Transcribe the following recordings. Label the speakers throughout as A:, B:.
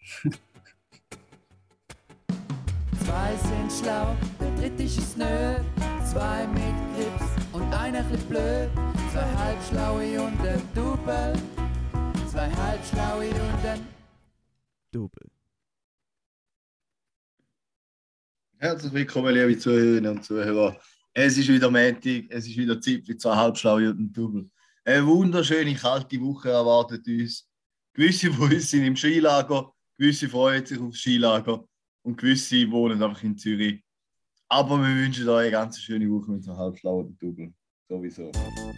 A: Zwei sind schlau, der dritte ist es nö. Zwei mit Grips und einer chli blöd. Zwei halbschlaue und ein Double. Zwei halbschlaue und ein Double.
B: Herzlich willkommen, liebe Zuhörerinnen und Zuhörer. Es ist wieder Montag, es ist wieder Zeit für zwei halbschlaue und ein Double. Eine wunderschöne, kalte Woche erwartet uns. Gewisse von uns sind im Skilager, gewisse freuen sich aufs Skilager und gewisse wohnen einfach in Zürich. Aber wir wünschen euch eine ganz schöne Woche mit so halbschlauen und Double. Sowieso.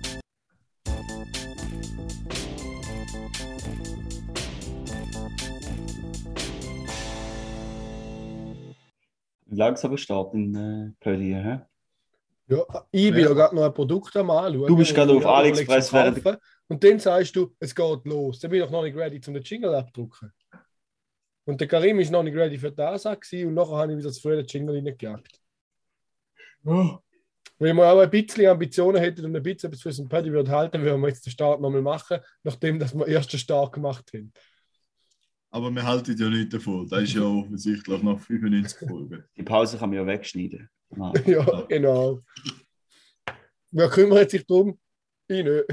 C: Langsamer Start in Pödi, hä?
D: Ja, ich bin ja gerade noch ein Produkt am Anschauen.
C: Du bist gerade auf AliExpress
D: während... Und dann sagst du, es geht los. Dann bin ich noch nicht ready, um den Jingle abdrucken. Und der Karim ist noch nicht ready für die Ansage und nachher habe ich wieder das frühe Jingle reingejagt. Oh. Wenn wir auch ein bisschen Ambitionen hätten und ein bisschen etwas für unseren Paddy würde halten, würden wir jetzt den Start nochmal machen, nachdem dass wir erst den Start gemacht haben.
B: Aber wir halten ja nicht davon. Das ist ja offensichtlich nach 95 Folgen.
C: Die Pause kann man ja wegschneiden.
D: Ja, genau. Wer kümmert sich darum? Ich nicht.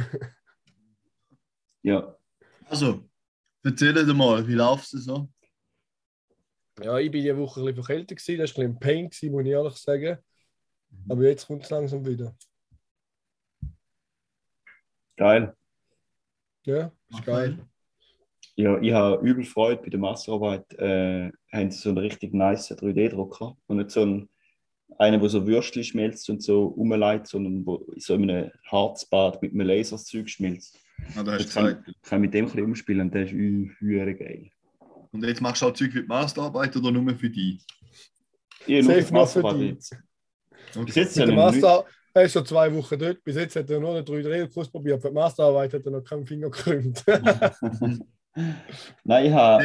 C: Ja.
B: Also, erzähl dir mal, wie läuft es so?
D: Ja, ich war diese Woche ein bisschen verkältet. Das war ein bisschen ein Pain, muss ich ehrlich sagen. Aber jetzt kommt es langsam wieder.
C: Geil.
D: Ja, ist geil.
C: Ja, ich habe übel Freude bei der Masterarbeit. Haben sie so einen richtig nice 3D-Drucker. Und nicht so einen, der so Würstchen schmilzt und so rumleitet, sondern wo so in einem Harzbad mit einem Laserzeug schmilzt.
B: Ah, da hast
C: Jetzt
B: du Zeit.
C: kann ich mit dem ein bisschen umspielen und der ist höher geil.
B: Und jetzt machst du auch Zeug für die Masterarbeit oder nur für dich?
C: Ich nur für die Masterarbeit jetzt.
B: Okay.
C: Bis jetzt
D: der Master, er ist schon 2 Wochen dort. Bis jetzt hat er nur einen 3D-Kurs probiert. Für die Masterarbeit hat er noch keinen Finger gekrümmt.
C: Nein,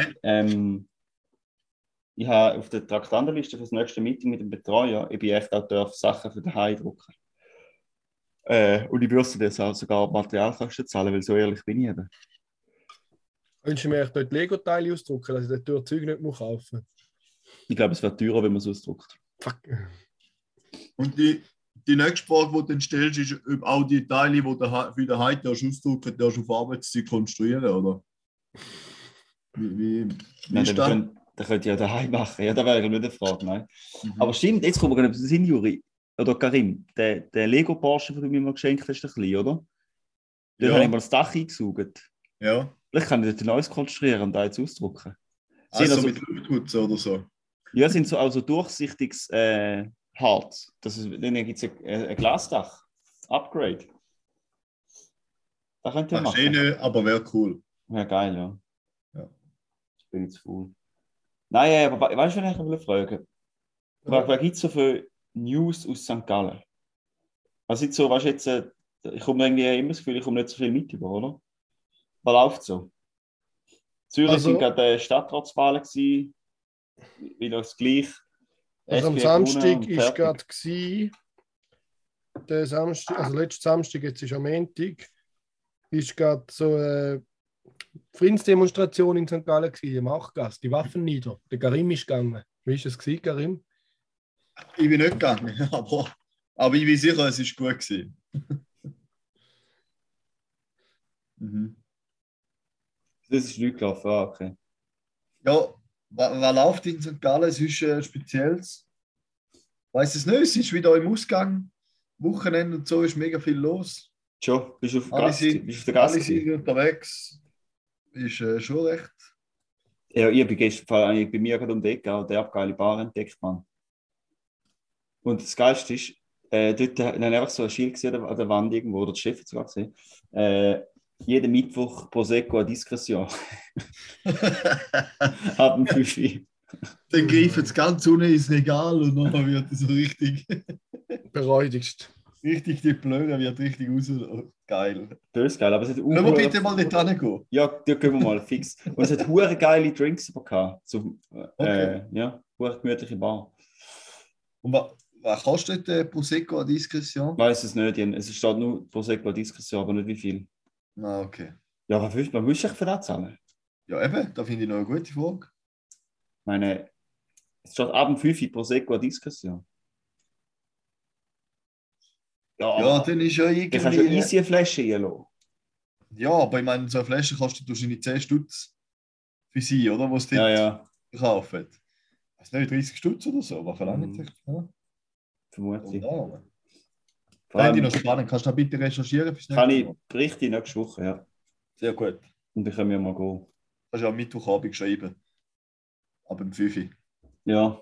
C: ich habe auf der Traktandenliste für das nächste Meeting mit dem Betreuer, ich bin echt auch Sachen für daheim drucken. Und ich würde das auch sogar Materialkosten zahlen, weil so ehrlich bin ich eben.
D: Wünsche mir dort Lego-Teile ausdrucken, dass ich dort durch Zeug nicht kaufen muss.
C: Ich glaube, es wird teurer, wenn man es ausdruckt.
D: Fuck.
B: Und die nächste Frage, die du dann stellst, ist, ob auch die Teile, die du für daheim ausdrucken, darfst du auf Arbeitszeit konstruieren, oder? Wie ist das?
C: Das könnt ihr ja daheim machen. Ja, das wäre nicht eine Frage, nein. Aber stimmt, jetzt kommen wir gerade zu den Juri. Oder Karim, der Lego Porsche, den du mir mal geschenkt hast, ein bisschen, oder? Den habe ich mal das Dach eingesaugt.
B: Ja.
C: Vielleicht kann ich dort ein neues konstruieren und da jetzt ausdrucken.
B: Also mit Luftputzen oder so?
C: Ja, sind so also durchsichtiges Harz. Dann gibt es ein Glasdach. Upgrade. Das könnt ihr machen.
B: Nicht, aber wäre cool.
C: Ja, geil, ja.
B: Ja.
C: Ich bin jetzt faul. Nein, aber weißt du, was ich noch fragen will? Was gibt es so für News aus St. Gallen? Was ist so, weißt du, jetzt, ich komme irgendwie immer das Gefühl, ich komme nicht so viel mit über, oder? Was läuft so? Zürich sind gerade Stadtratswahlen gewesen, wieder das Gleiche.
D: Also am Samstag war gerade der Samstag, also letzten Samstag, jetzt ist am Montag, ist gerade so eine Friedensdemonstration in St. Gallen gewesen, im Achgast, die Waffen nieder. Der Karim ist gegangen. Wie war es gewesen, Karim?
B: Ich bin nicht gegangen, aber ich bin sicher, es war gut gewesen.
C: Das ist nicht gelaufen, okay.
B: Ja, was läuft in St. Gallen? Es ist Spezielles. Ich weiß es nicht, es ist wieder im Ausgang. Wochenende und so ist mega viel los.
C: Schon, bist du auf
B: Alle sind unterwegs. Ist schon recht.
C: Ja, ich bin gestern bei mir gerade um die Ecke und der geile Bar entdeckt, Mann. Und das Geilste ist, dort haben einfach so ein Schild gesehen an der Wand irgendwo, oder der Chef hat sogar gesehen. Jeden Mittwoch Prosecco à Discretion. Haben 5 Uhr.
B: Dann greifen es ganz unten ins Regal und dann wird es so richtig
D: beräudigst.
B: Richtig, die Blöre wird richtig raus. Geil.
C: Das ist geil, aber es hat
B: Können wir bitte mal nicht hingehen?
C: Ja, da gehen wir mal fix. Und es hat hure geile Drinks gehabt. So, ja, hure gemütliche Bar.
B: Und was kostet Prosecco à Discretion?
C: Ich weiß es nicht. Es steht nur Prosecco à Discretion, aber nicht wie viel.
B: Ah, okay.
C: Ja, was willst du für das zahlen?
B: Ja, eben, da finde ich noch eine gute Frage.
C: meine, es steht ab dem 5 Prosecco Diskussion. Ja,
B: Ja,
C: aber
B: dann ist ja
C: du kannst ja
B: irgendwie.
C: easy eine Flasche reinlassen.
B: Ja, aber ich meine, so eine Flasche kostet wahrscheinlich 10 Stutz für sie, oder? Was die
C: Ja,
B: dort
C: ja,
B: verkaufen. Was nicht, 30 Stutz oder so, was verlangt
C: Mhm.
B: sich? Ja,
C: vermutlich.
B: oh,
C: Vor
B: fände ich
C: allem
B: noch spannend. Kannst du da bitte recherchieren fürs
C: kann
B: nächste
C: ich
B: Mal?
C: berichten nächste Woche, ja.
B: Sehr gut.
C: Und dann können wir mal gehen.
B: Kannst du am Mittwochabend schreiben. Ab dem 5 Uhr.
C: Ja.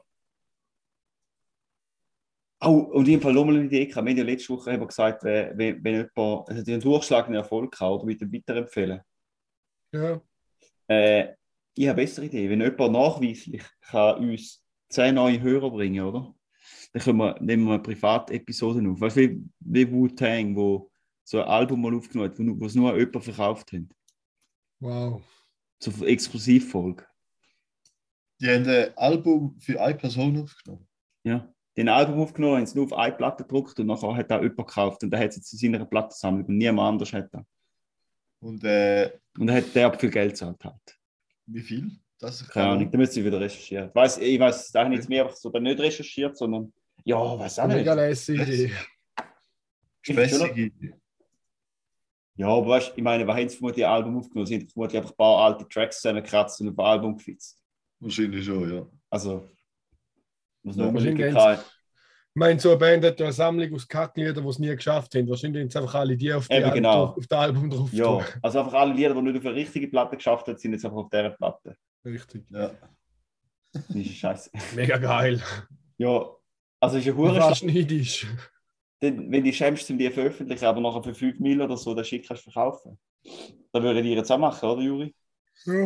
C: Oh, und in dem Fall nochmal eine Idee gehabt. Wir haben ja letzte Woche haben wir gesagt, wenn jemand also den durchschlagenden Erfolg hat oder mit dem weiterempfehlen.
D: Ja.
C: Ich habe eine bessere Idee. Wenn jemand nachweislich kann uns 10 neue Hörer bringen, oder? Dann nehmen wir eine Privatepisode auf. Weißt du, wie Wu-Tang, wo so ein Album mal aufgenommen hat, wo es nur an jemand verkauft haben.
D: Wow.
C: So Exklusivfolge.
B: Die haben ein Album für eine Person aufgenommen.
C: Ja. Den Album aufgenommen, haben sie nur auf eine Platte gedruckt und nachher hat auch jemand gekauft und dann hat es jetzt in seiner Plattensammlung und niemand anders hat das.
B: Und
C: Und dann hat der aber viel Geld gezahlt halt.
B: wie viel? Das
C: Keine Ahnung, da müsste ich wieder recherchieren. Ich weiß, da habe ich jetzt mehr einfach so nicht recherchiert, sondern ja, weiß auch
D: Eine
C: nicht.
D: mega lässige Idee.
B: Spässige Idee.
C: Ja, aber weißt du, ich meine, was haben sie vermutlich ein Album aufgenommen? Sie haben vermutlich einfach ein paar alte Tracks zusammengekratzt und auf ein Album gefitzt.
B: Wahrscheinlich schon, ja.
C: Also, muss
B: Ja,
C: noch
D: wahrscheinlich
C: überlegen.
D: Ich meine, so eine Band hat ja eine Sammlung aus Kackliedern, die es nie geschafft haben. Wahrscheinlich sind es einfach alle die auf,
C: Eben, genau.
D: auf das Album drauf
C: Ja,
D: tun.
C: also einfach alle Lieder, die nicht auf eine richtige Platte geschafft haben, sind jetzt einfach auf dieser Platte.
D: Richtig.
B: Ja.
C: Das ist scheiße.
D: Mega geil.
C: Ja, also ist ja hure
D: Fast neidisch.
C: wenn die schämst, sind die veröffentlichen, aber nachher für 5 Mil oder so, dann schick kannst du verkaufen. Das würde ich jetzt auch machen, oder Juri?
D: Ja.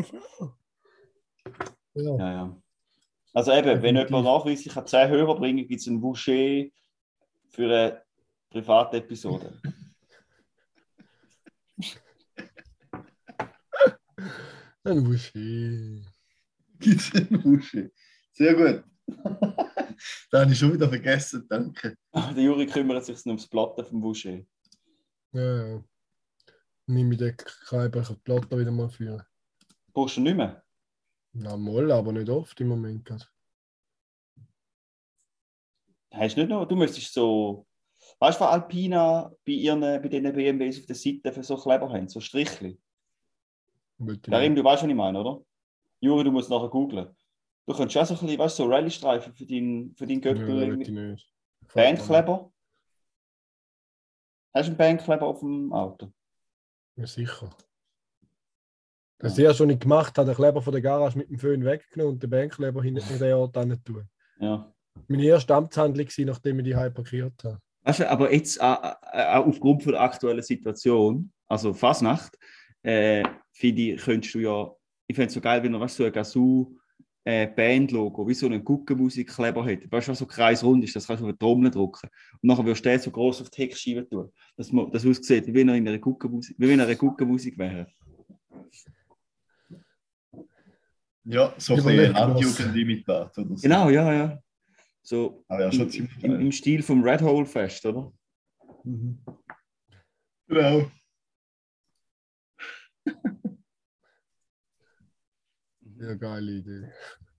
D: Ja.
C: Ja, ja. Also eben, wenn jemand nachweislich 10 Hörer bringen, gibt es ein Boucher für eine private Episode.
D: Ein Buschi.
B: Gibt es einen Uschi? Sehr gut. Da habe ich schon wieder vergessen, danke.
C: Der Juri kümmert sich nur ums Platten vom Boucher.
D: Ja, ja. Nimm mir den Kreiber Plotter wieder mal führen.
C: Brauchst du nicht mehr?
D: Na, mal, aber nicht oft im Moment. Gerade.
C: Hast du nicht noch? Du müsstest so. Weißt du, was Alpina bei diesen BMWs auf der Seite für so Kleber haben? So Strichli. Karim, du weißt, was ich meine, oder? Juri, du musst nachher googlen. Du könntest auch so ein bisschen, weißt du, so Rallye-Streifen für deinen Göppel.
D: Ja, nicht.
C: Bandkleber? Hast du einen Bandkleber auf dem Auto?
D: Ja, sicher. Das ja schon nicht gemacht hat, den Kleber von der Garage mit dem Föhn weggenommen und den Bandkleber hinten in den Ort hin tun.
C: Ja.
D: Meine erste Amtshandlung war, nachdem ich die Heim parkiert habe.
C: Weißt du, aber jetzt aufgrund von der aktuellen Situation, also Fasnacht, finde ich, könntest du ja, ich fände es so geil, wenn du, weißt du, so ein Gazoo Bandlogo, wie so einen Guckenmusikkleber hätte. Weißt du, was so kreisrund ist, das kannst du auf die Trommel drucken. Und nachher wirst du den so gross auf die Heckscheibe tun. Das aussieht, wie wenn er in einer Guckenmusik wäre.
B: Ja, so ein bisschen Landjugendimitat oder so.
C: Genau, ja, ja. So
B: Aber ja, schon ziemlich geil.
C: im Stil vom Red Hole Fest, oder?
B: Mhm. Genau.
D: Ja, geile Idee.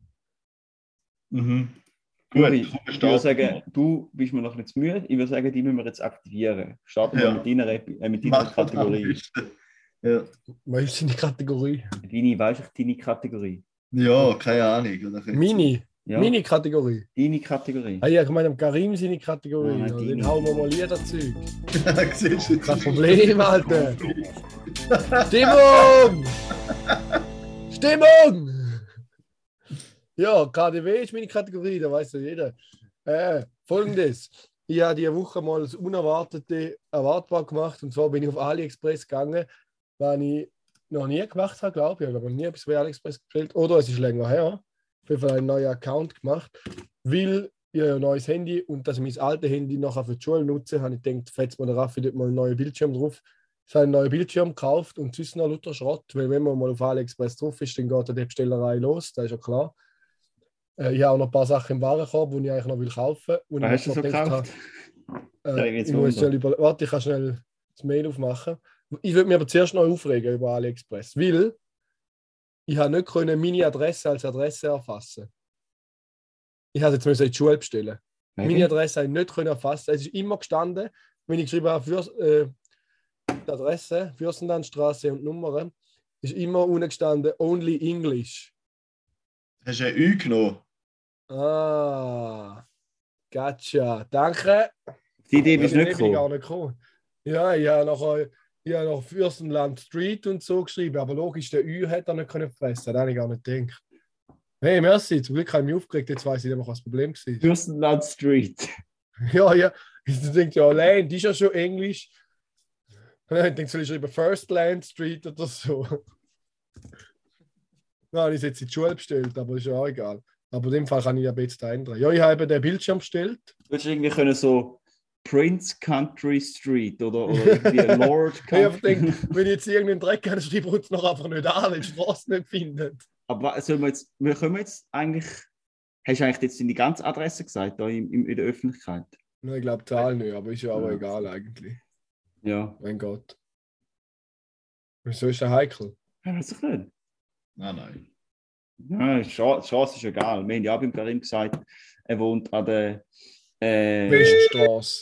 B: Mhm.
C: Juri,
B: Gut,
C: ich würde sagen, du bist mir noch nicht zu müde. Ich würde sagen, die müssen wir jetzt aktivieren. Starten wir
B: Ja.
C: mit deiner Kategorie.
B: Ja.
D: Was ist deine Kategorie?
C: Weißt du, deine Kategorie?
B: Ja, keine Ahnung. Oder
D: Mini.
C: Ja.
D: Mini-Kategorie.
C: Deine Kategorie.
D: Ah ja, ich meine, Karim seine Kategorie.
C: Nein,
D: Also,
C: deine.
D: den hauen wir mal Liederzeug.
B: Siehst du,
D: Kein Problem, Alter. Stimmung! Stimmung! Ja, KDW ist meine Kategorie, da weiß ja jeder. Folgendes. Ich habe diese Woche mal das Unerwartete erwartbar gemacht. Und zwar bin ich auf AliExpress gegangen, was ich noch nie gemacht habe, glaube ich. Ich habe noch nie etwas bei AliExpress bestellt. Oder es ist länger her. Auf jeden Fall einen neuen Account gemacht. Weil ich habe ein neues Handy und dass ich mein altes Handy nachher für die Schule nutze, habe ich gedacht, fetzt mir der Raffi dort mal einen neuen Bildschirm drauf. Ich habe einen neuen Bildschirm gekauft und sonst noch lauter Schrott, weil wenn man mal auf AliExpress drauf ist, dann geht die Bestellerei los, das ist ja klar. Ich habe auch noch ein paar Sachen im Warenkorb, die ich eigentlich noch kaufen will.
C: Was hast du so gekauft?
D: Ich muss schnell warte, ich kann schnell das Mail aufmachen. Ich würde mich aber zuerst noch aufregen über AliExpress, weil ich habe nicht können meine Adresse als Adresse erfassen. Ich habe jetzt in die Schule bestellen. Meine Adresse habe ich nicht können erfassen. Es ist immer gestanden, wenn ich geschrieben habe, die Adresse, Fürstenlandstraße und Nummern, ist immer unten gestanden, only English.
B: Hast du ein Ü genommen?
D: Ah, gotcha. Danke.
C: Die Idee bist du nicht
D: Ich bin gar
C: gekommen.
D: nicht gekommen. Ja, ich habe noch Fürstenland Street und so geschrieben, aber logisch, der Ü hätte er nicht können fressen. Das habe ich gar nicht gedacht. Hey, merci, zum Glück habe ich mich aufgeregt, jetzt weiß ich nicht mehr, was das Problem war.
C: Fürstenland Street.
D: Ja. Ich denke, ja, Land ist ja schon Englisch. Und dann denke ich, soll ich schreiben First Land Street oder so. Nein, ich habe jetzt in die Schule bestellt, aber ist ja auch egal. Aber in dem Fall kann ich ja jetzt ändern. Ja, ich habe eben den Bildschirm bestellt.
C: Du würdest irgendwie können so Prince Country Street oder irgendwie Lord
D: Ich habe
C: Country.
D: gedacht, wenn ich jetzt irgendeinen Dreck habe, schreibe ich uns noch einfach nicht an, weil die Straße nicht findet.
C: Aber wir können jetzt eigentlich. Hast du eigentlich jetzt deine ganze Adresse gesagt, da in der Öffentlichkeit?
D: Nein, ich glaube, Zahl nicht, aber ist ja auch egal eigentlich.
C: Ja.
D: Mein Gott. Wieso ist der heikel?
C: Ja, weiß ich nicht.
B: Nein.
C: Ja, die Straße ist egal. Wir haben ja auch beim Karim gesagt, er wohnt an der.
D: Weststraße.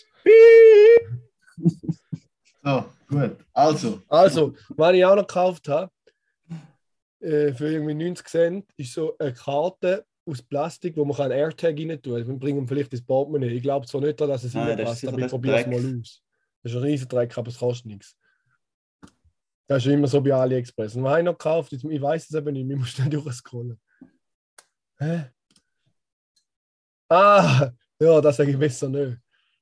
B: So, gut. Also,
D: Was ich auch noch gekauft habe, für irgendwie 90 Cent, ist so eine Karte aus Plastik, wo man einen AirTag rein tun kann. Wir bringen vielleicht ins Portemonnaie. Ich glaube zwar nicht, dass es
C: Nein, das
D: reinpasst,
C: ist
D: aber ich
C: sicher
D: probiere es
C: Dreck.
D: mal aus. Das ist ein riesen Dreck, aber es kostet nichts. Das ist immer so bei AliExpress. Und was habe ich noch gekauft? Ich weiß es eben nicht, ich muss dann durchscrollen. Hä? Ah, ja, das sage ich besser nicht.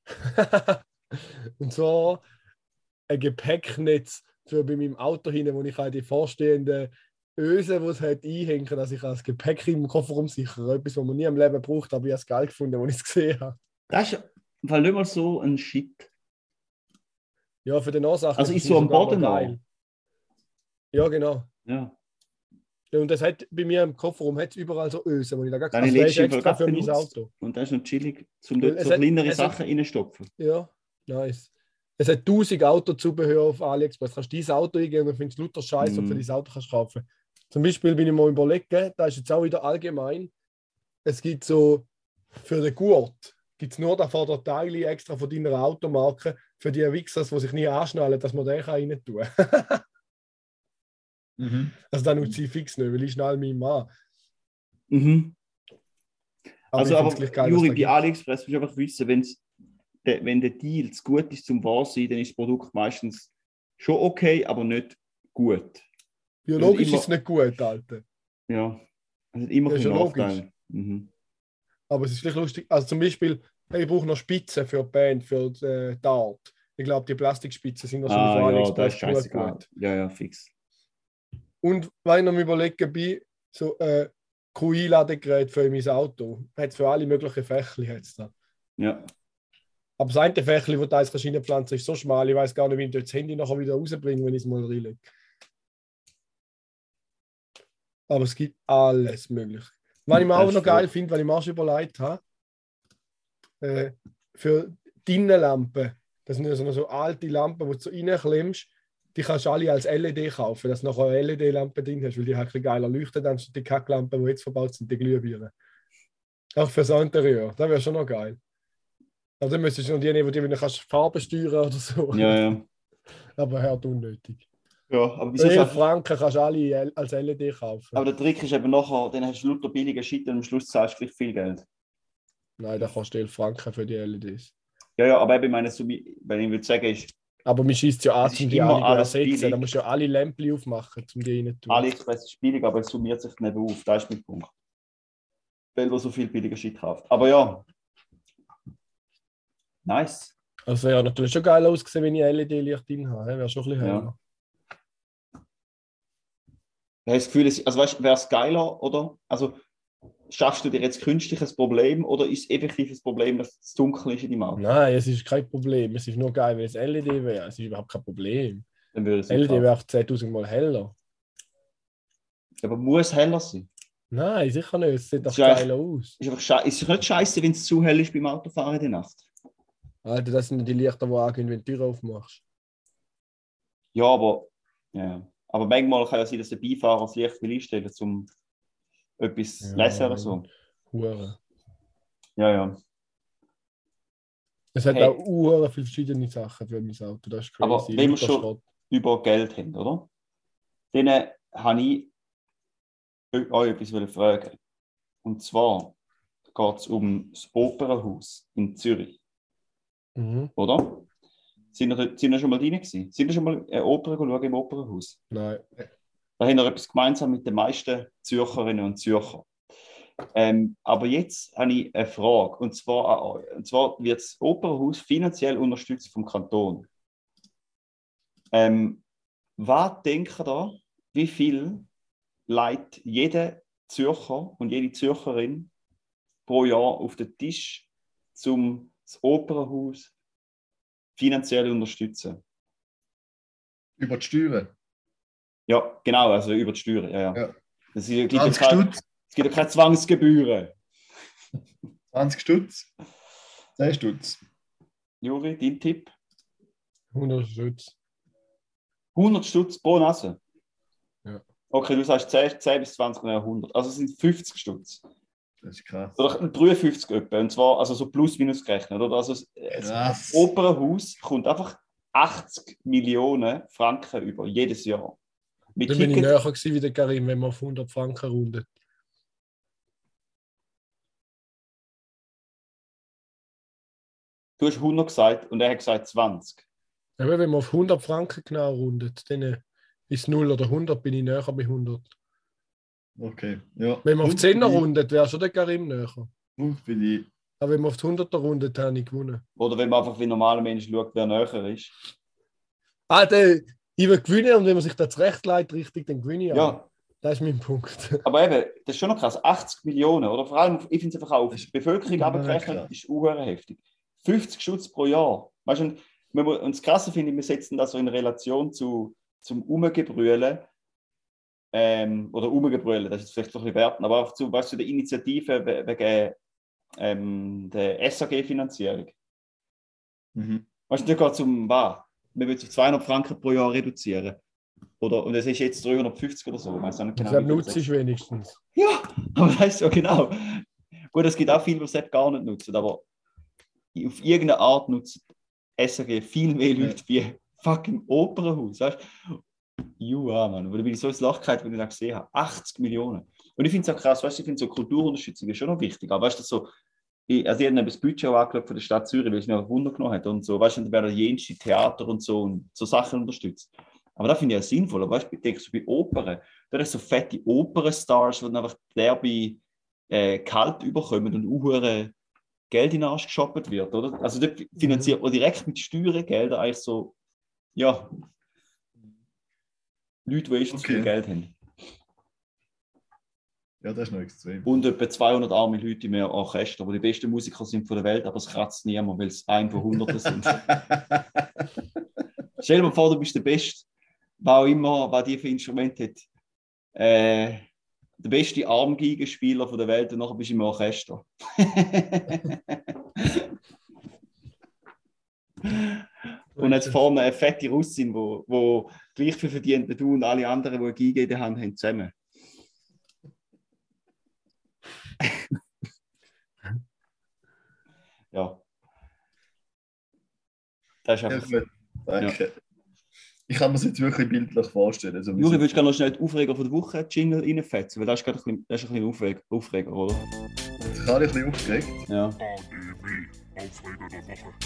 D: Und zwar ein Gepäcknetz für bei meinem Auto hin, wo ich die vorstehenden Ösen, die es halt einhängen, dass ich als Gepäck im Kofferraum sichere. Etwas, was man nie im Leben braucht, aber ich habe es geil gefunden, als ich es gesehen habe.
C: Das ist im Fall nicht mal so ein Shit.
D: Ja, für den Ursachen.
C: Also ist so am Boden noch.
D: geil. Ja, genau.
C: Ja.
D: Und das hat bei mir im Kofferraum hat's überall so Ösen, wo ich da gar
C: Deine
D: also der ist
C: letzte
D: extra für mein
C: benutzt.
D: Auto.
C: Und das ist noch chillig, um
D: Weil
C: dort
D: es
C: so
D: hat-
C: kleinere
D: es hat-
C: Sachen reinstopfen.
D: Ja, nice. Es hat 1000 Autozubehör auf AliExpress. Du kannst dein Auto eingeben und findest lauter Scheiß, und für dein Auto kannst kaufen. Zum Beispiel bin ich mal überlegen, da ist jetzt auch wieder allgemein. Es gibt so für den Gurt gibt es nur da vor der Teile extra von deiner Automarke für die Wichsers, die sich nie anschnallen, dass man den rein tun kann. Also dann nutze ich fix nicht, weil ich schnall mich immer an.
C: Mhm. Also,
D: ich
C: aber
D: find's gleich geil,
C: Juri,
D: was da
C: bei AliExpress musst du einfach wissen, wenn der Deal zu gut ist zum Wahrsein, dann ist das Produkt meistens schon okay, aber nicht gut.
D: Biologisch
C: immer-
D: ist es nicht gut, Alter.
C: Ja, es hat immer
D: Ja,
C: einen
D: schon
C: Nachteil. Mhm.
D: Aber es ist gleich lustig. Also zum Beispiel, ich brauche noch Spitzen für die Band, für die Dart. Ich glaube, die Plastikspitzen sind wahrscheinlich von
C: Ja, das
D: AliExpress
C: ist scheißegal.
D: gut.
C: Ja, fix.
D: Und wenn ich noch überlegen bin, so ein QI-Ladegerät für mein Auto, hat es für alle möglichen Fächli. Da.
C: Ja.
D: Aber das eine Fächli, das da eins reinpflanzen kann, ist so schmal, ich weiß gar nicht, wie ich das Handy nachher wieder rausbringe, wenn ich es mal reinlege. Aber es gibt alles Mögliche. Was ich mir
C: Das
D: auch
C: ist
D: noch geil
C: voll.
D: finde, weil ich mir auch schon überlegt habe, für die Innenlampen, das sind ja so alte Lampen, die du so reinklemmst, die kannst du alle als LED kaufen, dass du nachher eine LED-Lampe drin hast, weil die halt ein bisschen geiler leuchten, anstatt die Kacklampen, die jetzt verbaut sind, die Glühbirnen. Auch für so Interieur, das wäre schon noch geil. Aber dann müsstest du noch die nehmen, die du kannst Farben steuern oder so.
C: Ja.
D: Aber hart unnötig.
C: Ja, aber
D: Für
C: wieso
D: 11
C: sagst du?
D: Franken kannst du alle als LED kaufen.
C: Aber der Trick ist eben nachher, dann hast du lauter billige Shit und am Schluss zahlst du gleich viel Geld.
D: Nein, da kostet 11 Franken für die LEDs.
C: Ja, aber eben, ich meine, so wenn ich würde sagen, ist
D: Aber man schießt ja an,
C: Es ist
D: um die
C: immer
D: alle zu
C: alles
D: ersetzen.
C: billig.
D: Da musst du ja alle Lämpchen aufmachen, um die rein zu tun.
C: AliExpress ist billig, aber es summiert sich nicht auf. Das ist mein Punkt. Weil du so viel billiger Shit kauft. Aber ja. Nice.
D: Also wäre natürlich schon geil ausgesehen, wenn ich LED-Licht drin habe. Wäre schon ein bisschen
C: Ja.
D: heller.
C: Ich habe das Gefühl, also weißt, wäre es geiler, oder? Also schaffst du dir jetzt künstlich ein Problem oder ist es effektiv ein Problem, dass es dunkel ist in deinem Auto?
D: Nein, es ist kein Problem. Es ist nur geil, wenn es LED wäre. Es ist überhaupt kein Problem.
C: Dann würde es
D: LED
C: nicht kaufen.
D: wäre 10.000 Mal heller.
C: Aber muss heller sein.
D: Nein, sicher nicht. Es sieht doch
C: Ist ja
D: geil aus.
C: Ist einfach ist es nicht scheiße, wenn es zu hell ist beim Autofahren in der Nacht?
D: Alter, das sind die Lichter, die angehen, wenn du die Tür aufmachst.
C: Ja, aber ja. Aber manchmal kann ja sein, dass der Beifahrer das Licht will einstellen, um etwas zu lesen oder so.
D: Hure.
C: Ja.
D: Es hat
C: Hey.
D: auch viele verschiedene Sachen für mein Auto. Das ist crazy.
C: Aber wenn wir
D: Lauter
C: schon
D: Schrott.
C: über Geld haben, oder? Dann habe ich euch etwas fragen. Und zwar geht es um das Opernhaus in Zürich,
D: Mhm.
C: oder? Sind ihr schon mal drin gewesen? Sind ihr schon mal eine Oper schauen im Opernhaus?
D: Nein.
C: Da haben wir etwas gemeinsam mit den meisten Zürcherinnen und Zürcher. Aber jetzt habe ich eine Frage. Und zwar an euch. Und zwar wird das Opernhaus finanziell unterstützt vom Kanton. Was denkt ihr da, wie viel leiht jeder Zürcher und jede Zürcherin pro Jahr auf den Tisch, um das Opernhaus finanziell zu unterstützen?
B: Über die Steuern.
C: Ja, genau, also über die Steuern. Ja.
B: Ja.
C: Es gibt
B: 20 Stutz.
C: es gibt ja keine Zwangsgebühren.
B: 20 Stutz. 10 Stutz.
C: Juri, dein Tipp?
D: 100 Stutz.
C: 100 Stutz pro Nase?
D: Ja.
C: Okay, du sagst 10 bis 20, 100. Also es sind 50 Stutz.
B: Das ist krass.
C: Oder 53 etwa. Und zwar also so plus minus gerechnet. Oder? Also das
B: Krass.
C: Opernhaus kommt einfach 80 Millionen Franken über, jedes Jahr. Mit
D: Dann bin ich
C: Ticket,
D: näher gewesen wie der Karim, wenn man auf 100 Franken rundet.
C: du hast 100 gesagt und er hat gesagt 20.
D: Aber wenn man auf 100 Franken genau rundet, dann ist es 0 oder 100, bin ich näher bei 100.
B: Okay, ja.
D: Wenn man auf
B: Punkt
D: 10er
B: für dich.
D: rundet, wäre schon der Karim näher.
B: Punkt für dich.
D: Aber wenn man auf die 100er rundet, habe ich gewonnen.
C: Oder wenn man einfach wie ein normaler Mensch schaut, wer näher ist.
D: Ich will gewinnen und wenn man sich da zurechtlegt, richtig, dann gewinne ich auch.
C: Ja,
D: Das ist mein Punkt.
C: aber eben, das ist schon noch krass. 80 Millionen, oder? Vor allem, ich finde es einfach auch auf die Bevölkerung
B: Ja,
C: abgerechnet,
B: krass.
C: ist auch heftig. 50 Schutz pro Jahr. Weißt du, und das Krasse finde ich, wir setzen das so in Relation zum Umgebrüllen. Oder Umgebrüllen, das ist vielleicht so ein bisschen werten, aber auch zu der Initiative wegen der SAG-Finanzierung.
B: Mhm.
C: Weißt du, da geht es um was? Wir wollen es auf 200 Franken pro Jahr reduzieren. Und es ist jetzt 350 oder so. Ich weiß auch nicht
D: Ich
C: genau,
D: glaube,
C: wie viel
D: nutze
C: das
D: ich wenigstens.
C: Ja, aber das ist ja genau. Gut, es gibt auch viele, die es gar nicht nutzen, aber auf irgendeine Art nutzen SAG viel mehr Leute wie fucking Opernhaus. Weißt du? Ja, Mann. Da bin ich so ins Loch gefallen, wenn ich das gesehen habe. 80 Millionen. Und ich finde es auch krass, weißt du, ich finde so Kulturunterstützung ist schon noch wichtig. Aber weißt du, so, ich habe das Budget auch angeschaut von der Stadt Zürich, weil es mir auch Wunder genommen hat und so. Weißt du, da werden jenste Theater und so Sachen unterstützt. Aber das finde ich ja sinnvoll. Aber weißt du, ich denke so bei Opern, da ist so fette Opernstars, die dann einfach derbe kalt überkommen und auch Geld in den Arsch geschoppt wird, oder? Also dort finanziert man direkt mit Steuergeldern eigentlich so, ja, Leute, die schon zu viel Geld haben.
B: Ja, das ist noch extrem.
C: Und etwa 200 arme Leute im Orchester, die die besten Musiker sind von der Welt, aber es kratzt niemand, weil es ein von Hunderten sind. Stell dir mal vor, du bist der Beste, was auch immer, was die für Instrumente hat. Der beste Armgeigenspieler von der Welt und nachher bist du im Orchester. Und jetzt vorne eine fette Russin, wo gleich viel verdient wie du und alle anderen, die eine Geige in der Hand haben, zusammen. Ja. Das ist einfach.
B: Ja, gut. Danke. Ich kann mir das jetzt wirklich bildlich vorstellen. Also,
C: Juri, willst du gerne noch schnell die Aufreger von der Woche Jingle reinfetzen? Weil das ist gerade ein bisschen Aufreger, oder?
B: das kann ich ein bisschen aufgeregt.
C: Ja.
E: ADW, Aufreger der Woche.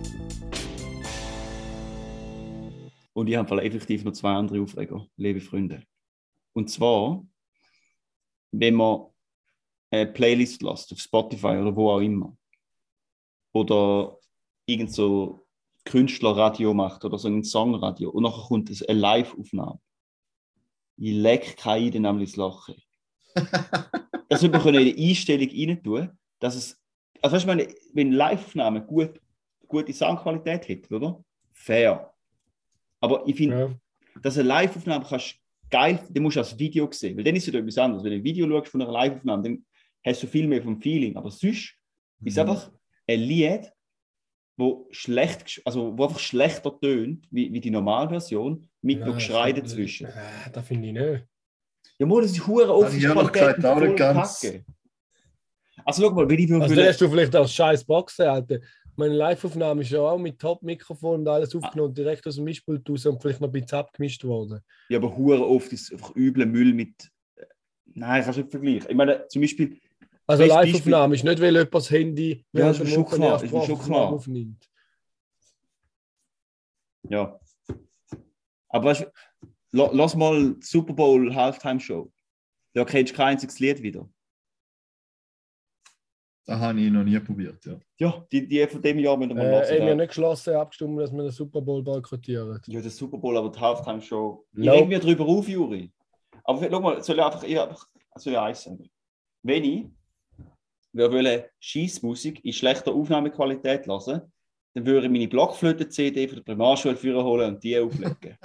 C: Und ich habe effektiv noch 2 andere Aufreger, liebe Freunde. Und zwar, wenn man eine Playlist lässt auf Spotify oder wo auch immer, oder irgend so Künstlerradio macht oder so ein Songradio und nachher kommt eine Live-Aufnahme. Ich leck keine Idee, nämlich das Lachen. Das würde man in die Einstellung rein tun, dass es, also weißt du, wenn eine Live-Aufnahme gute Soundqualität hat, oder? Fair. Aber ich finde, dass eine Live-Aufnahme kannst geil, dann musst du als Video sehen, weil dann ist es ja etwas anderes. Wenn du ein Video schaust von einer Live-Aufnahme, dann hast du viel mehr vom Feeling. Aber sonst ist es einfach ein Lied, wo wo einfach schlechter tönt, wie die Normalversion, mit noch Geschrei dazwischen.
D: Das finde ich nicht.
C: Ja, mal, das ist hure oft
B: die Ehrlichkeit auch nicht ganz.
C: Kacke. Also schau mal, wenn ich
D: Also hast du vielleicht als scheiß Boxen, Alter. Meine Live-Aufnahme ist ja auch mit Top-Mikrofon und alles aufgenommen, direkt aus dem Mischpult raus und vielleicht noch ein bisschen abgemischt worden.
C: Ja, aber hure oft ist einfach übler Müll mit... Nein, kannst du nicht vergleichen. Ich meine, zum Beispiel...
D: Also Live-Aufnahme ist nicht, weil jemand das Handy
C: ja, ist mir schon klar.
D: Aufnimmt.
C: Ja. Aber weißt du, lass mal Super Bowl Halftime Show. Da kennst du kein einziges Lied wieder.
B: Das habe ich noch nie probiert, ja.
C: Ja, die von dem Jahr müssen wir mal
D: hören. Wir haben nicht geschlossen abgestimmt, dass wir den Super Bowl boykottieren.
C: Ja, der Super Bowl, aber die Halftime Show.
D: Nope.
C: Ich reg mir drüber auf, Juri. Aber schau mal, soll ich eins sagen? Wenn ich Scheissmusik in schlechter Aufnahmequalität hören, dann würde ich meine Blockflöte-CD von der Primarschule führen holen und die auflegen.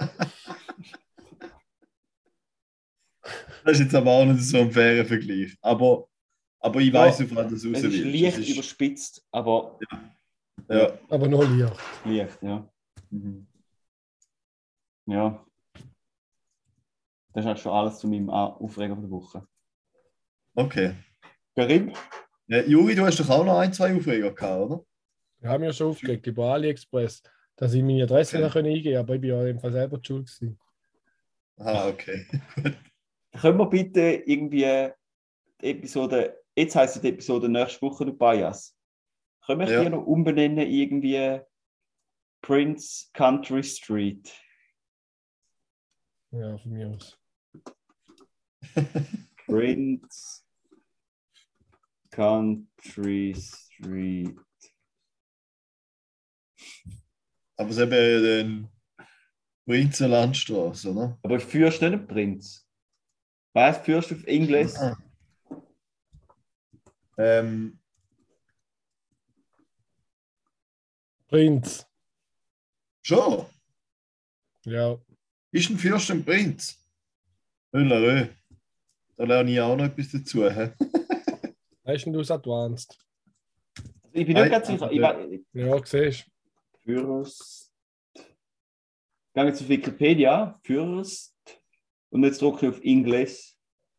B: Das ist jetzt aber auch nicht so ein fairer Vergleich. Aber ich weiß, auf was das raus
C: will. Es ist leicht überspitzt, aber...
B: Ja.
D: Aber noch leicht.
C: Leicht, ja.
B: Mhm.
C: Ja. Das ist halt schon alles zu meinem Aufreger der Woche.
B: Okay.
C: Karim?
B: Ja, Juri, du hast doch auch noch 1, 2 Aufreger gehabt, oder?
D: Wir haben ja schon aufgeregt über AliExpress, dass ich meine Adresse noch eingeben konnte, aber ich bin ja im Fall selber die Schuld gewesen.
B: Ah, okay.
C: Können wir bitte irgendwie die Episode, jetzt heisst die Episode nächste Woche du Bias. Können wir die noch umbenennen irgendwie Prince Country Street?
D: Ja, von mir aus.
C: Prince Country Street.
B: Aber es ist eben Prinzenlandstraße, oder?
C: Aber führst du nicht einen Prinz? Was führst du auf Englisch?
D: Prinz.
B: Schon?
D: Ja.
B: Ist ein Fürst ein Prinz? Höllerö. Da lerne ich auch noch etwas dazu.
D: Hast du es advanced?
C: Ich bin nicht ganz sicher.
D: Ja, siehst
C: du. Fürst. Ich gehe jetzt auf Wikipedia. Fürst. Und jetzt drücke ich auf Englisch.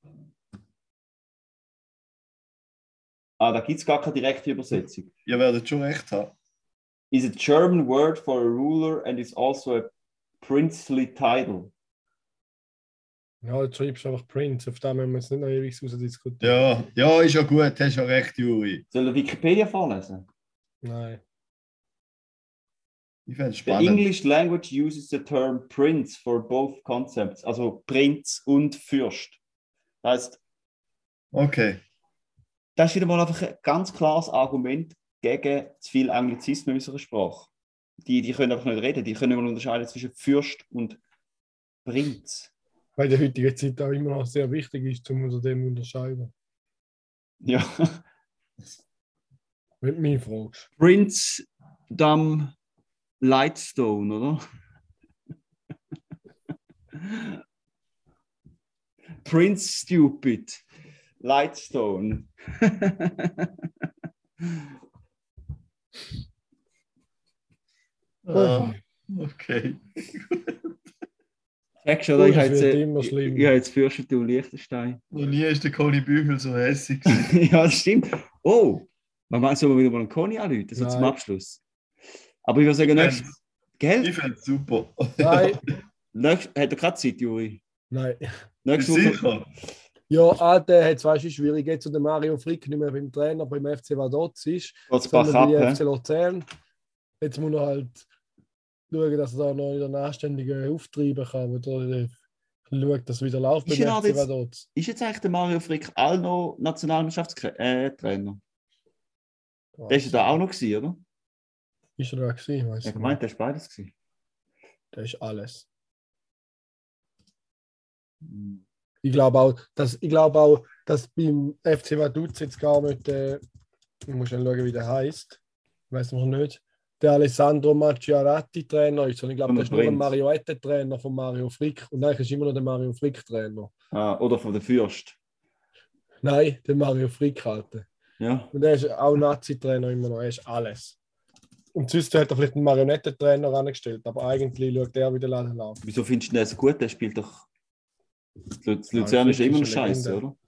C: Da gibt es gar keine direkte Übersetzung.
B: Ihr werdet schon recht haben.
C: Is a German word for a ruler and is also a princely title.
D: Ja, jetzt schreibst du einfach Prince, auf dem müssen wir jetzt nicht noch ewig ausdiskutieren.
B: Ja, ist ja gut, hast ja recht, Juri.
C: Soll ich Wikipedia vorlesen?
D: Nein.
B: Ich finde es
C: The
B: spannend.
C: English language uses the term prince for both concepts, also Prinz und Fürst. Das heißt,
B: Okay.
C: das ist wieder mal einfach ein ganz klares Argument gegen zu viel Anglizismen in unserer Sprache. Die können einfach nicht reden, die können nicht mal unterscheiden zwischen Fürst und Prinz.
D: Weil in der heutigen Zeit auch immer noch sehr wichtig ist, um unter dem zu unterscheiden.
C: Ja.
D: Wenn du mich fragst.
C: Prince Dam Lightstone, oder? Prince Stupid Lightstone.
B: Okay.
C: Checkst du, ich
D: immer
C: habe
D: schlimm.
C: jetzt Fürstentum Liechtenstein.
B: Noch nie ist der Conny Büchel so hässig.
C: Ja, das stimmt. Oh, sollen wir wieder mal einen Conny anrufen, so zum
D: Nein.
C: Abschluss. Aber ich würde sagen, gell?
B: Ich finde es super.
D: Nein.
C: Hat er gerade Zeit, Juri?
D: Nein.
C: Nächste Woche.
B: Sicher.
D: Ja, Alter, hat es schwierig, jetzt, wo der Mario Frick nicht mehr beim Trainer beim FC Vaduz ist,
C: Geht's
D: sondern
C: Bach ab,
D: bei FC Luzern. Jetzt muss er halt schauen, dass er da noch wieder einen anständigen Auftreiben kann, oder schaut, dass es wieder läuft
C: Ist
D: beim
C: er
D: FC
C: jetzt-
D: Vaduz.
C: Ist jetzt eigentlich der Mario Frick auch noch Nationalmannschaftstrainer? Der ist ja da auch noch gewesen, oder?
D: Ist er da gewesen? Weiss
C: Ich
D: ich
C: gemeint,
D: nicht.
C: der ist beides gewesen.
D: Der ist alles. Ich glaube auch, dass beim FC Vaduz jetzt gar nicht, ich muss dann schauen, wie der heißt. Ich weiß noch nicht. Der Alessandro Macciaratti Trainer ist. Und ich glaube,
C: Von
D: das ist
C: der
D: nur ein
C: Prinz.
D: Marionette-Trainer von Mario Frick. Und eigentlich ist immer noch der Mario Frick-Trainer.
C: Oder von der Fürst.
D: Nein, der Mario Frick halt.
C: Ja.
D: Und er ist auch Nazi-Trainer immer noch. Er ist alles. Und sonst hat er vielleicht einen Marionettentrainer angestellt, aber eigentlich schaut er, wie der Laden läuft.
C: Wieso findest du den so gut? Der spielt doch. Das
D: Nein,
C: Luzern ist
D: Flick
C: immer noch
D: ist eine
C: scheiße,
D: Legende.
C: oder?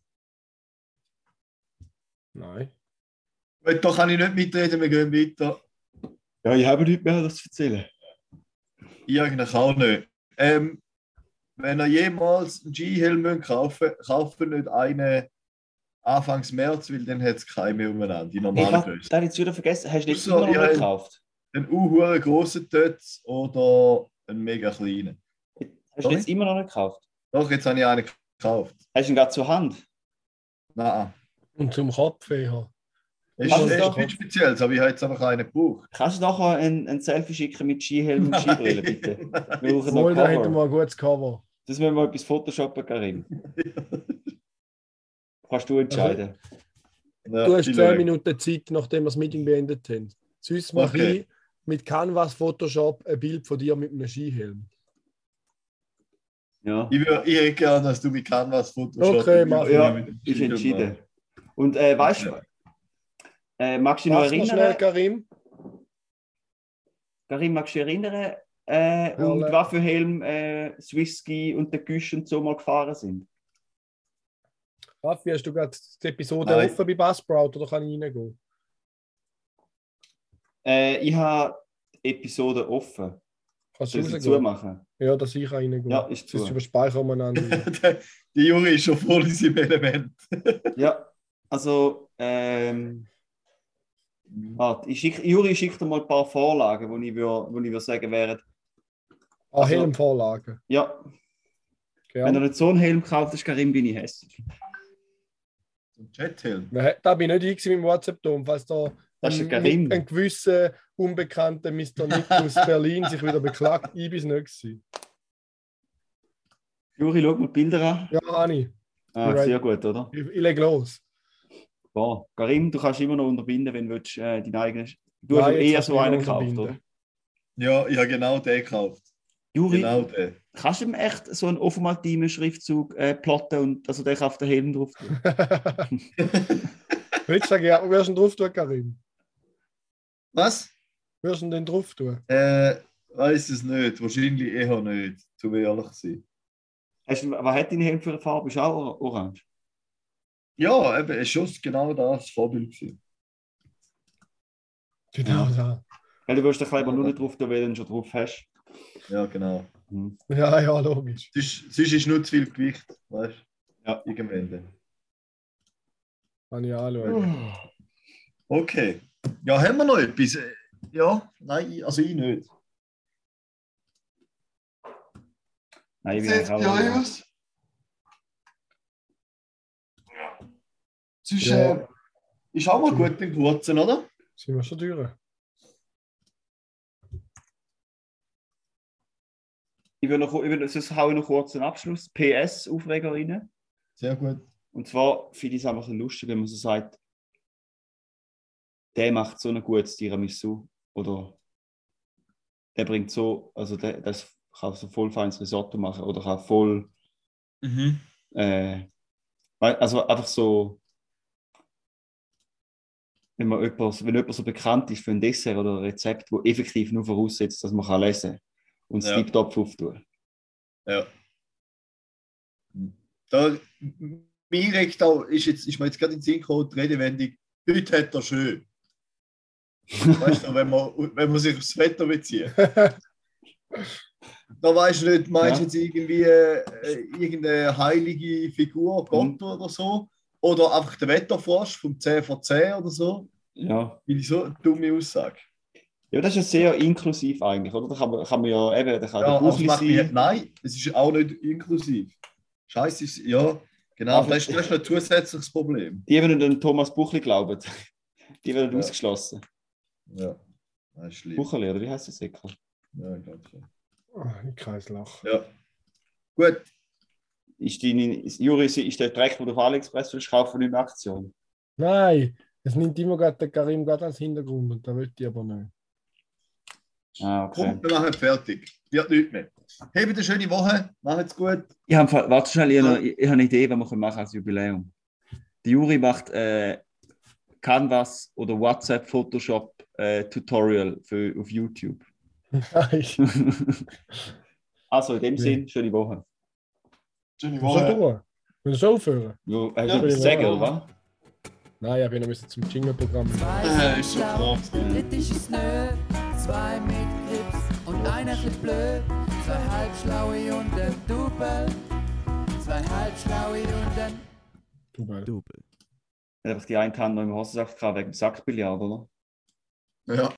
D: Nein.
B: Gut, da kann ich nicht mitreden, wir gehen weiter.
C: Ja, ich habe nichts mehr das zu erzählen.
B: Ich eigentlich auch nicht. Wenn ihr jemals einen Skihelm kaufen nicht einen Anfangs März, weil dann hat es keine mehr umeinander, die
C: Hey,
B: normalen
C: warte,
B: Größe.
C: da habe ich jetzt wieder vergessen. Hast du nicht
B: So,
C: immer noch
B: ja,
C: nicht gekauft?
B: Einen grossen Tötz oder einen mega kleinen.
C: Hast du
B: Sorry?
C: jetzt immer noch nicht gekauft?
B: Doch, jetzt habe ich einen gekauft.
C: Hast du ihn gerade zur Hand?
B: Nein,
D: Und zum Kopf her.
B: es
C: Kannst
B: ist
C: du doch-
B: nichts Spezielles, aber ich habe jetzt einfach einen gebraucht.
C: Kannst du nachher ein Selfie schicken mit Skihelm und Skibrille, bitte? Wir brauchen noch
D: Wohl, da hätten
C: Cover.
D: wir ein gutes Cover.
C: Das müssen wir etwas photoshoppen, Karim. Kannst du entscheiden.
B: Ja,
D: Du hast
B: die
D: 10
B: schauen.
D: Minuten Zeit, nachdem wir das Meeting beendet haben. Sonst mache
B: Okay.
D: ich mit Canvas Photoshop ein Bild von dir mit einem Skihelm.
C: Ja,
B: Ich hätte gerne, dass du mit Canvas Photoshop.
D: Okay, mach
C: ja
B: mit dem
C: ist
B: Schilder
C: entschieden. Und weißt du, magst du dich noch
D: Mach's noch schnell,
C: erinnern?
D: Karim.
C: Karim, magst du dich erinnern, um
D: Herrle.
C: Waffenhelm, Swisski und der Güsch und so mal gefahren sind?
D: Raffi, hast du gerade die Episode
B: Nein.
D: offen bei Buzzsprout oder kann ich reingehen?
C: Ich habe die Episode offen.
D: Kannst du
C: Soll ich sie
D: rausgehen?
C: zumachen?
D: Ja, dass ich reingehen.
C: Ja, ist zu.
D: Sonst überspeichern wir einander.
B: Der Junge ist schon voll in seinem Element.
C: Ja, also, warte, Juri schickt dir mal ein paar Vorlagen, wo ich würde sagen wären,
D: Ah,
C: Also-
D: Helmvorlagen.
C: ja, wenn
D: Gerne.
C: er nicht so einen Helm kauft, ist Karim, bin ich hässlich.
B: Ein Jethelm.
D: Da bin ich nicht im WhatsApp-Turm, falls da
C: Das ist der Karim.
D: ein gewisser unbekannter Mr. Nick aus Berlin sich wieder beklagt. Ich bin es nicht gewesen.
C: Juri, schau mal die Bilder an.
D: Ja, Ani,
C: Ah,
D: Right.
C: sehr gut, oder?
D: ich lege los.
C: Boah. Karim, du kannst immer noch unterbinden, wenn du willst, deinen eigenen... Du hast
D: Nein,
C: aber
D: jetzt
C: eher
D: kannst
C: so
D: du mich
C: einen
D: noch
C: gekauft,
D: unterbinden.
C: oder?
B: Ja, ich habe genau den gekauft.
C: Juri,
B: Genau den.
C: kannst du ihm echt so einen offenmaltimen Schriftzug plotten und also den auf den Helm drauf tun?
D: Willst du sagen, ja, wirst du ihn drauf tun, Karim?
B: Was?
D: Wirst du den drauf tun?
B: Weiß es nicht. Wahrscheinlich eher nicht, zu ehrlich sein.
C: Was hat dein Helm für eine Farbe? Ist auch orange?
B: Ja, eben, es war schon genau das Vorbild gewesen.
D: Genau da.
C: Weil du willst den Kleber nur nicht drauf tun, weil du ihn schon drauf hast.
B: Ja, genau.
C: Mhm.
D: Ja, ja, logisch.
B: Sonst ist nur zu viel Gewicht, weißt du?
C: Ja.
B: Irgendwann.
D: Kann ich anschauen.
B: Okay. Ja, haben wir noch etwas? Ja, nein, also ich nicht.
C: Nein, ich bin eigentlich auch
B: aus? Sonst
D: Ja.
B: ist auch mal gut den kurzen, oder?
D: Sind wir schon durch?
C: Sonst haue ich noch kurz einen Abschluss. PS-Aufreger rein.
B: Sehr gut.
C: Und zwar finde ich es einfach lustig, wenn man so sagt, der macht so ein gutes Tiramisu. Oder der bringt so, also das kann so voll feines Risotto machen oder kann voll, also einfach so, wenn jemand so bekannt ist für ein Dessert oder ein Rezept, wo effektiv nur voraussetzt, dass man kann lesen und es
B: Ja.
C: tiptop auftun.
B: Ja. Da, mir regt auch, ist mir jetzt gerade in den Sinn gekommen, die Redewendung, heute hat er schön. Weißt du, wenn man sich aufs Wetter bezieht. Da weißt du nicht, meinst du jetzt irgendwie irgendeine heilige Figur, Gott oder so? Oder einfach der Wetterfrosch vom 10 vor 10 oder so?
C: Ja.
B: Wie so eine dumme Aussage.
C: Ja, das ist ja sehr inklusiv eigentlich, oder? Da kann man ja eben, da kann
B: Ja,
C: der
B: aber es
C: Buchli
B: macht mich,
C: sein.
B: nein, es ist auch nicht inklusiv. Scheiße, ja, genau,
C: Aber-
B: das ist ein zusätzliches Problem.
C: Die, die nicht an Thomas Buchli glauben, die werden
B: Ja.
C: ausgeschlossen.
B: Ja, das ist schlimm.
C: Buchli, oder wie heißt das Ekel?
B: Ja, ich glaube schon.
D: Ich kann es lachen.
B: Ja. Gut,
C: Juri, ist der Dreck, den du auf AliExpress willst kaufen, nicht mehr Aktion?
D: Nein, es nimmt immer gerade der Karim gerade als Hintergrund und da will ich aber nicht.
C: Ah, okay.
B: komm, wir machen fertig. Wird nichts mehr. Habt eine schöne Woche, macht's gut.
C: Warte schnell, ich habe eine Idee, was wir machen als Jubiläum. Die Juri macht Canvas oder WhatsApp, Photoshop Tutorial auf YouTube.
D: Nein.
C: Also in dem Sinn, schöne Woche.
B: Schöne
D: Willst du durch? Willst du aufhören?
C: Ja, hast
B: Ja,
C: du etwas zu sagen,
B: ja.
C: oder was?
D: Nein, ich bin noch zum Jingle-Programm.
A: Zwei
B: ist
A: sind
B: schon
A: schlau,
B: klar.
A: der dritte ist nö. Zwei mit Grips und einer ist blöd. Zwei halbschlaue und ein Double. Zwei halbschlaue und ein
D: Double.
C: Hat einfach die eine Hand noch im Hosensack gehabt wegen dem Sackbillard, oder?
B: Ja.